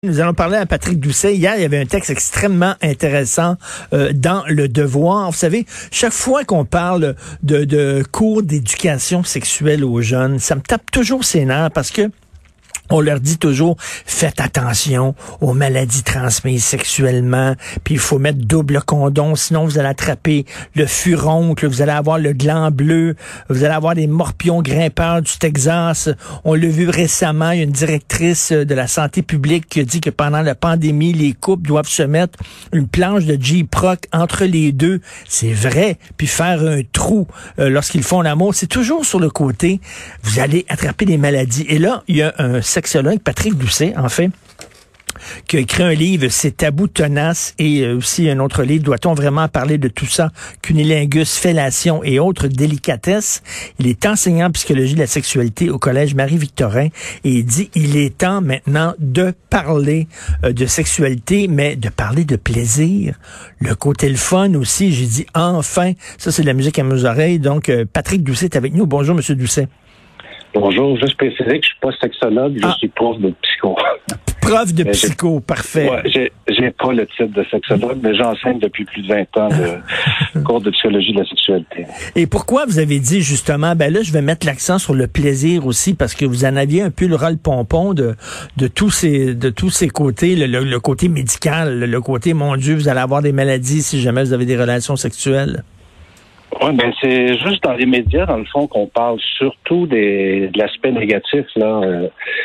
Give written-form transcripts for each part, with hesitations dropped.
Nous allons parler à Patrick Doucet. Hier, il y avait un texte extrêmement intéressant dans Le Devoir. Vous savez, chaque fois qu'on parle de cours d'éducation sexuelle aux jeunes, ça me tape toujours ses nerfs parce que on leur dit toujours, faites attention aux maladies transmises sexuellement, puis il faut mettre double condom, sinon vous allez attraper le furoncle, vous allez avoir le gland bleu, vous allez avoir des morpions grimpeurs du Texas. On l'a vu récemment, il y a une directrice de la santé publique qui a dit que pendant la pandémie, les couples doivent se mettre une planche de J-Proc entre les deux. C'est vrai, puis faire un trou lorsqu'ils font l'amour, c'est toujours sur le côté, vous allez attraper des maladies. Et là, il y a un sexologue, Patrick Doucet, en fait, qui a écrit un livre, C'est tabou tenace, et aussi un autre livre, Doit-on vraiment parler de tout ça? Cunilingus, fellation et autres délicatesses. Il est enseignant en psychologie de la sexualité au collège Marie-Victorin et il dit, il est temps maintenant de parler de sexualité, mais de parler de plaisir. Le côté le fun aussi, j'ai dit, enfin, ça c'est de la musique à mes oreilles. Donc, Patrick Doucet est avec nous. Bonjour, Monsieur Doucet. Bonjour, juste préciser que je suis pas sexologue, je suis prof de psycho. Prof de psycho, parfait. Ouais, j'ai pas le titre de sexologue, mais j'enseigne depuis plus de 20 ans le cours de psychologie de la sexualité. Et pourquoi vous avez dit justement, ben là, je vais mettre l'accent sur le plaisir aussi, parce que vous en aviez un peu le rôle-pompon de tous ces côtés, le côté médical, le côté, mon Dieu, vous allez avoir des maladies si jamais vous avez des relations sexuelles. Oui, ben c'est juste dans les médias, dans le fond, qu'on parle surtout de l'aspect négatif, là.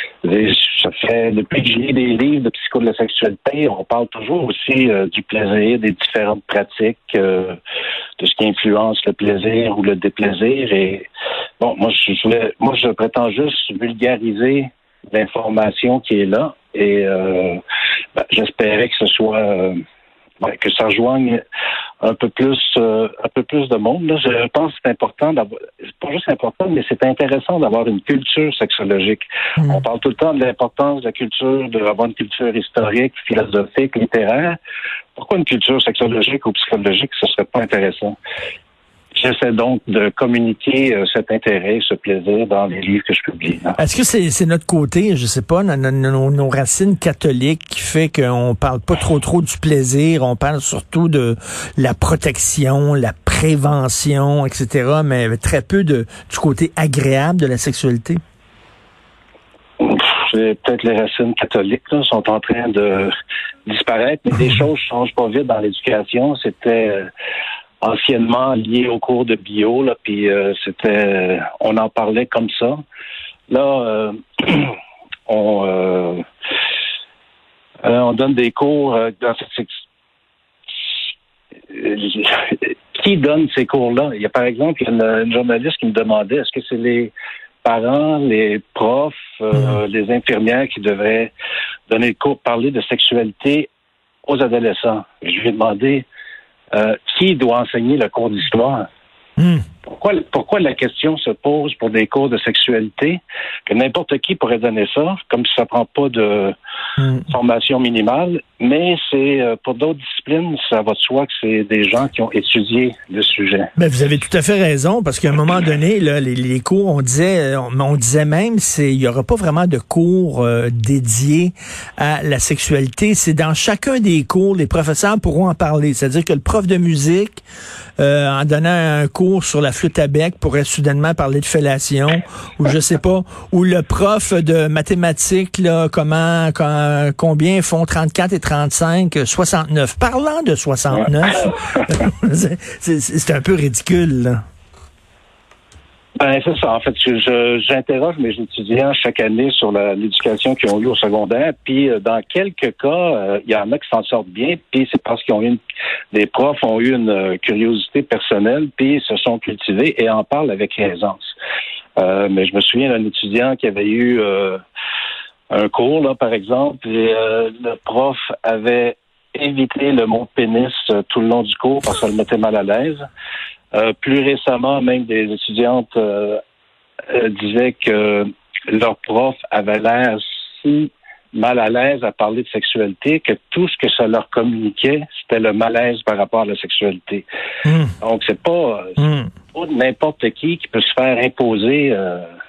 Ça fait, depuis que j'ai lu des livres de psycho de la sexualité, on parle toujours aussi du plaisir, des différentes pratiques, de ce qui influence le plaisir ou le déplaisir. Et bon, moi je prétends juste vulgariser l'information qui est là. Et j'espérais que ce soit que ça rejoigne un peu plus de monde. Là, je pense que c'est important d'avoir, c'est pas juste important, mais c'est intéressant d'avoir une culture sexologique. On parle tout le temps de l'importance de la culture, d'avoir une culture historique, philosophique, littéraire. Pourquoi une culture sexologique ou psychologique, ce serait pas intéressant? J'essaie donc de communiquer cet intérêt, ce plaisir dans les livres que je publie. Est-ce que c'est notre côté, je sais pas, nos racines catholiques qui fait qu'on parle pas trop du plaisir, on parle surtout de la protection, la prévention, etc., mais très peu du côté agréable de la sexualité? C'est peut-être les racines catholiques là, sont en train de disparaître, mais des choses changent pas vite dans l'éducation. C'était anciennement lié au cours de bio, là, puis on en parlait comme ça. Là, on donne des cours qui donne ces cours-là? Il y a par exemple une journaliste qui me demandait est-ce que c'est les parents, les profs, les infirmières qui devraient donner le cours, parler de sexualité aux adolescents. Je lui ai demandé qui doit enseigner le cours d'histoire? Pourquoi la question se pose pour des cours de sexualité que n'importe qui pourrait donner ça, comme si ça prend pas de formation minimale, mais c'est pour d'autres disciplines, ça va de soi que c'est des gens qui ont étudié le sujet. Ben, vous avez tout à fait raison, parce qu'à un moment donné, là, les cours, on disait même, il y aura pas vraiment de cours dédiés à la sexualité. C'est dans chacun des cours, les professeurs pourront en parler. C'est-à-dire que le prof de musique, en donnant un cours sur la flûte à bec, pourrait soudainement parler de fellation, ou je sais pas, ou le prof de mathématiques, là, combien font 34 et 35, 69. Parlant de 69, c'est un peu ridicule, là. Ben, c'est ça. En fait, j'interroge mes étudiants chaque année sur l'éducation qu'ils ont eue au secondaire. Puis, dans quelques cas, il y en a qui s'en sortent bien. Puis, c'est parce les profs ont eu une curiosité personnelle, puis se sont cultivés et en parlent avec aisance. Mais je me souviens d'un étudiant qui avait eu un cours, là, par exemple, et le prof avait évité le mot pénis tout le long du cours parce que ça le mettait mal à l'aise. Plus récemment, même des étudiantes disaient que leur prof avait l'air si mal à l'aise à parler de sexualité que tout ce que ça leur communiquait, c'était le malaise par rapport à la sexualité. Donc, c'est pas n'importe qui peut se faire imposer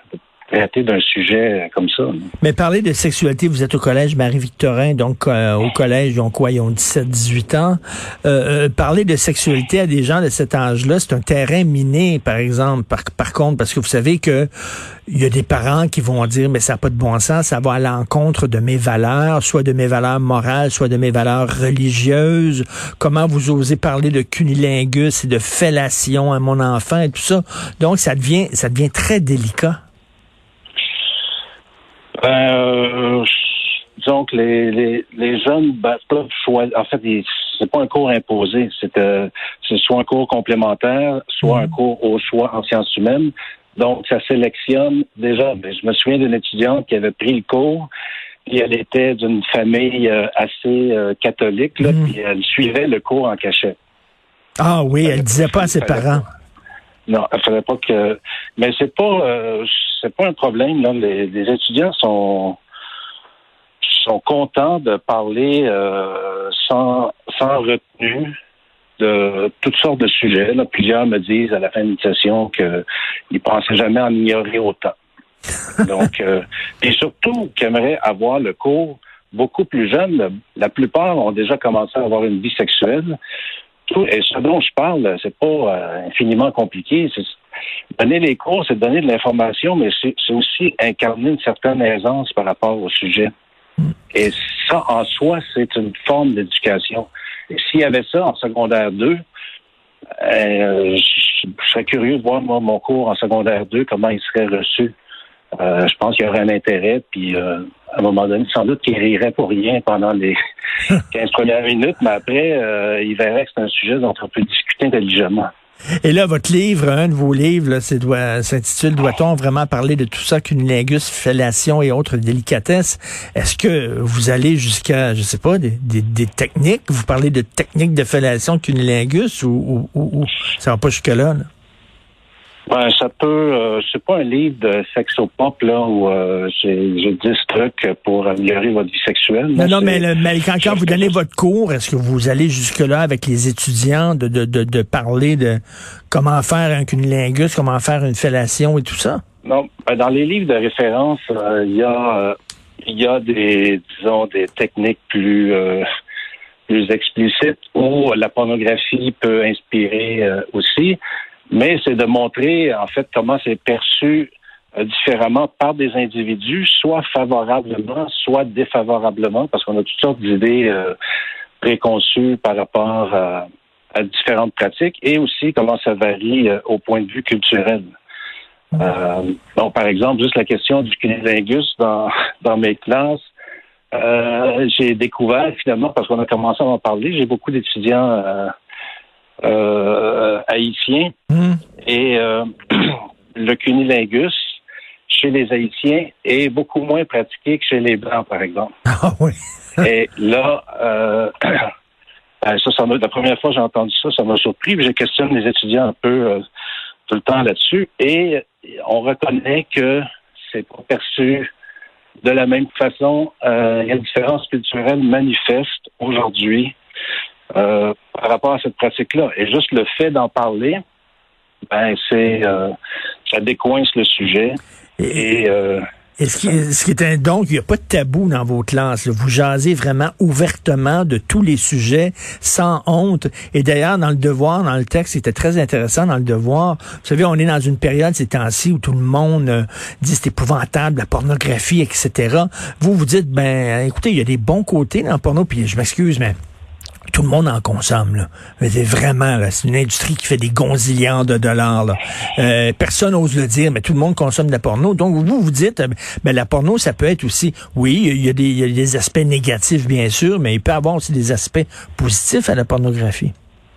traiter d'un sujet comme ça. Mais parler de sexualité, vous êtes au collège Marie-Victorin, donc au collège, ils ont quoi? Ils ont 17-18 ans. Parler de sexualité à des gens de cet âge-là, c'est un terrain miné, par exemple, par contre, parce que vous savez que il y a des parents qui vont dire, mais ça n'a pas de bon sens, ça va à l'encontre de mes valeurs, soit de mes valeurs morales, soit de mes valeurs religieuses. Comment vous osez parler de cunilingus et de fellation à mon enfant et tout ça? Donc, ça devient très délicat. Disons que les jeunes peuvent choisir. En fait, c'est pas un cours imposé. C'est soit un cours complémentaire, soit un cours au choix en sciences humaines. Donc, ça sélectionne déjà. Je me souviens d'une étudiante qui avait pris le cours, puis elle était d'une famille assez catholique, là, puis elle suivait le cours en cachette. Ah oui, elle disait pas à ses parents. Non, il fallait pas que. Mais c'est pas un problème. Là. Les étudiants sont contents de parler sans retenue de toutes sortes de sujets. Là. Plusieurs me disent à la fin de une session qu'ils pensaient jamais en ignorer autant. Donc, et surtout qu'ils aimeraient avoir le cours beaucoup plus jeune. La plupart ont déjà commencé à avoir une vie sexuelle. Et ce dont je parle, c'est pas infiniment compliqué. Donner les cours, c'est donner de l'information, mais c'est aussi incarner une certaine aisance par rapport au sujet. Et ça, en soi, c'est une forme d'éducation. Et s'il y avait ça en secondaire 2, je serais curieux de voir, moi, mon cours en secondaire 2, comment il serait reçu. Je pense qu'il y aurait un intérêt, puis à un moment donné, sans doute qu'il rirait pour rien pendant les 15 premières minutes, mais après, il verrait que c'est un sujet dont on peut discuter intelligemment. Et là, votre livre, un de vos livres, là, s'intitule « Doit-on vraiment parler de tout ça, cunilingus, fellation et autres délicatesses ?» Est-ce que vous allez jusqu'à, je sais pas, des techniques? Vous parlez de techniques de fellation, cunilingus, ou ça va pas jusque-là, là? Ben, ça peut. C'est pas un livre de sexopop là où j'ai 10 trucs pour améliorer votre vie sexuelle. Non, mais quand vous donnez votre cours, est-ce que vous allez jusque-là avec les étudiants de parler de comment faire un cunilingus, comment faire une fellation et tout ça? Non, dans les livres de référence, il y a des techniques plus explicites où la pornographie peut inspirer aussi. Mais c'est de montrer, en fait, comment c'est perçu différemment par des individus, soit favorablement, soit défavorablement, parce qu'on a toutes sortes d'idées préconçues par rapport à différentes pratiques, et aussi comment ça varie au point de vue culturel. Donc, par exemple, juste la question du cunilingus dans mes classes, j'ai découvert, finalement, parce qu'on a commencé à en parler, j'ai beaucoup d'étudiants haïtiens et le cunilingus chez les Haïtiens est beaucoup moins pratiqué que chez les Blancs, par exemple. Ah oui. Et là, la première fois que j'ai entendu ça, ça m'a surpris. Puis je questionne les étudiants un peu tout le temps là-dessus. Et on reconnaît que c'est pas perçu de la même façon. Il y a une différence culturelle manifeste aujourd'hui par rapport à cette pratique-là. Et juste le fait d'en parler, ça décoince le sujet. Et ce qui est donc, il n'y a pas de tabou dans vos classes. Là. Vous jasez vraiment ouvertement de tous les sujets, sans honte. Et d'ailleurs, dans le Devoir, dans le texte, c'était très intéressant dans le Devoir. Vous savez, on est dans une période ces temps-ci où tout le monde dit c'est épouvantable, la pornographie, etc. Vous dites, écoutez, il y a des bons côtés dans le porno, puis je m'excuse, mais tout le monde en consomme, là. C'est vraiment, là, c'est une industrie qui fait des gonzilliards de dollars, là. Personne n'ose le dire, mais tout le monde consomme de la porno. Donc, vous dites, la porno, ça peut être aussi, oui, il y a des aspects négatifs, bien sûr, mais il peut y avoir aussi des aspects positifs à la pornographie.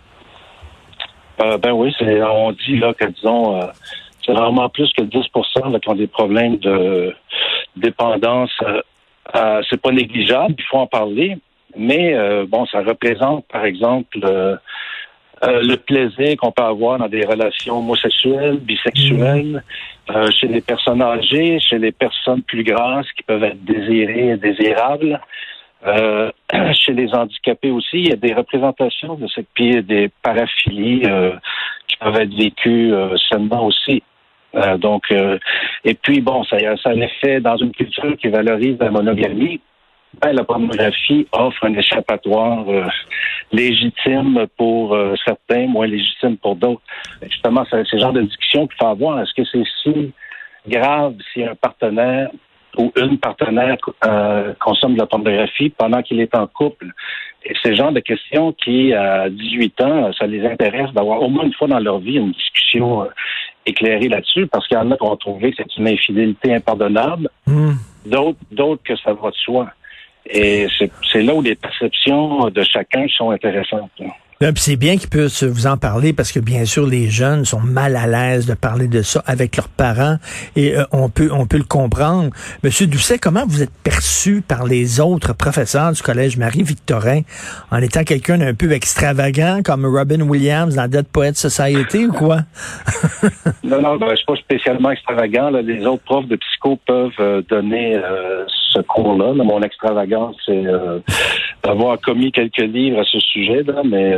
Oui, on dit, là, que, disons, c'est vraiment plus que 10% là, qui ont des problèmes de dépendance. C'est pas négligeable, il faut en parler. Mais ça représente, par exemple, le plaisir qu'on peut avoir dans des relations homosexuelles, bisexuelles, chez les personnes âgées, chez les personnes plus grasses qui peuvent être désirées et désirables. Chez les handicapés aussi, il y a des représentations de cette puis des paraphilies qui peuvent être vécues seulement aussi. Et puis bon, ça a un effet dans une culture qui valorise la monogamie. Ben, la pornographie offre un échappatoire légitime pour certains, moins légitime pour d'autres. Justement, c'est ce genre de discussion qu'il faut avoir. Est-ce que c'est si grave si un partenaire ou une partenaire consomme de la pornographie pendant qu'il est en couple? Et c'est le genre de questions qui, à 18 ans, ça les intéresse d'avoir au moins une fois dans leur vie une discussion éclairée là-dessus, parce qu'il y en a qui vont trouver que c'est une infidélité impardonnable, d'autres que ça va de soi. Et c'est là où les perceptions de chacun sont intéressantes. Puis c'est bien qu'ils puissent vous en parler parce que bien sûr les jeunes sont mal à l'aise de parler de ça avec leurs parents et on peut le comprendre. Monsieur Doucet, comment vous êtes perçu par les autres professeurs du collège Marie-Victorin en étant quelqu'un d'un peu extravagant comme Robin Williams dans Dead Poets Society ou quoi? Non, je suis pas spécialement extravagant. Là. Les autres profs de psycho peuvent donner ce cours-là. Là. Mon extravagance, c'est d'avoir commis quelques livres à ce sujet-là, mais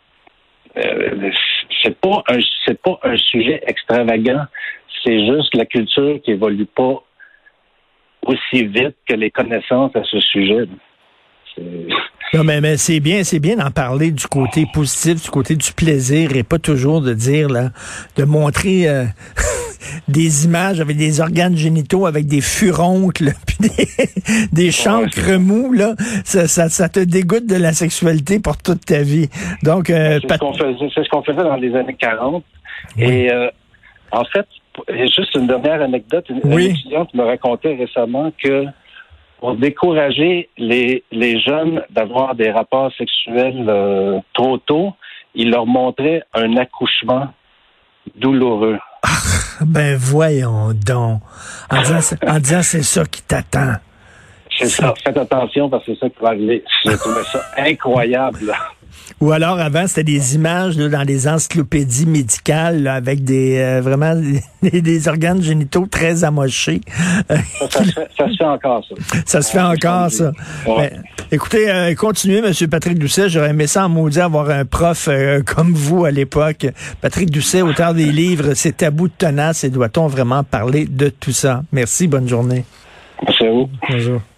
c'est pas un sujet extravagant. C'est juste la culture qui évolue pas aussi vite que les connaissances à ce sujet. Non, mais c'est bien d'en parler du côté positif, du côté du plaisir et pas toujours de dire, là, de montrer des images avec des organes génitaux, avec des furoncles, puis des chancres mous, là. Ça te dégoûte de la sexualité pour toute ta vie. Donc, c'est ce qu'on faisait dans les années 40. Oui. Et, en fait, juste une dernière anecdote. Une étudiante me racontait récemment que pour décourager les jeunes d'avoir des rapports sexuels trop tôt, il leur montrait un accouchement douloureux. Ben voyons donc. En disant c'est ça qui t'attend. C'est ça. Faites attention parce que c'est ça qui va arriver. J'ai trouvé ça incroyable. Ou alors avant, c'était des images là, dans les encyclopédies médicales là, avec vraiment des organes génitaux très amochés. Ça se fait encore, ça. Ça se fait encore, ça. Ouais. Ben, écoutez, continuez, M. Patrick Doucet. J'aurais aimé ça en maudit avoir un prof comme vous à l'époque. Patrick Doucet, auteur des livres « C'est tabou de tenace et doit-on vraiment parler de tout ça? » Merci, bonne journée. Merci à vous. Bonjour.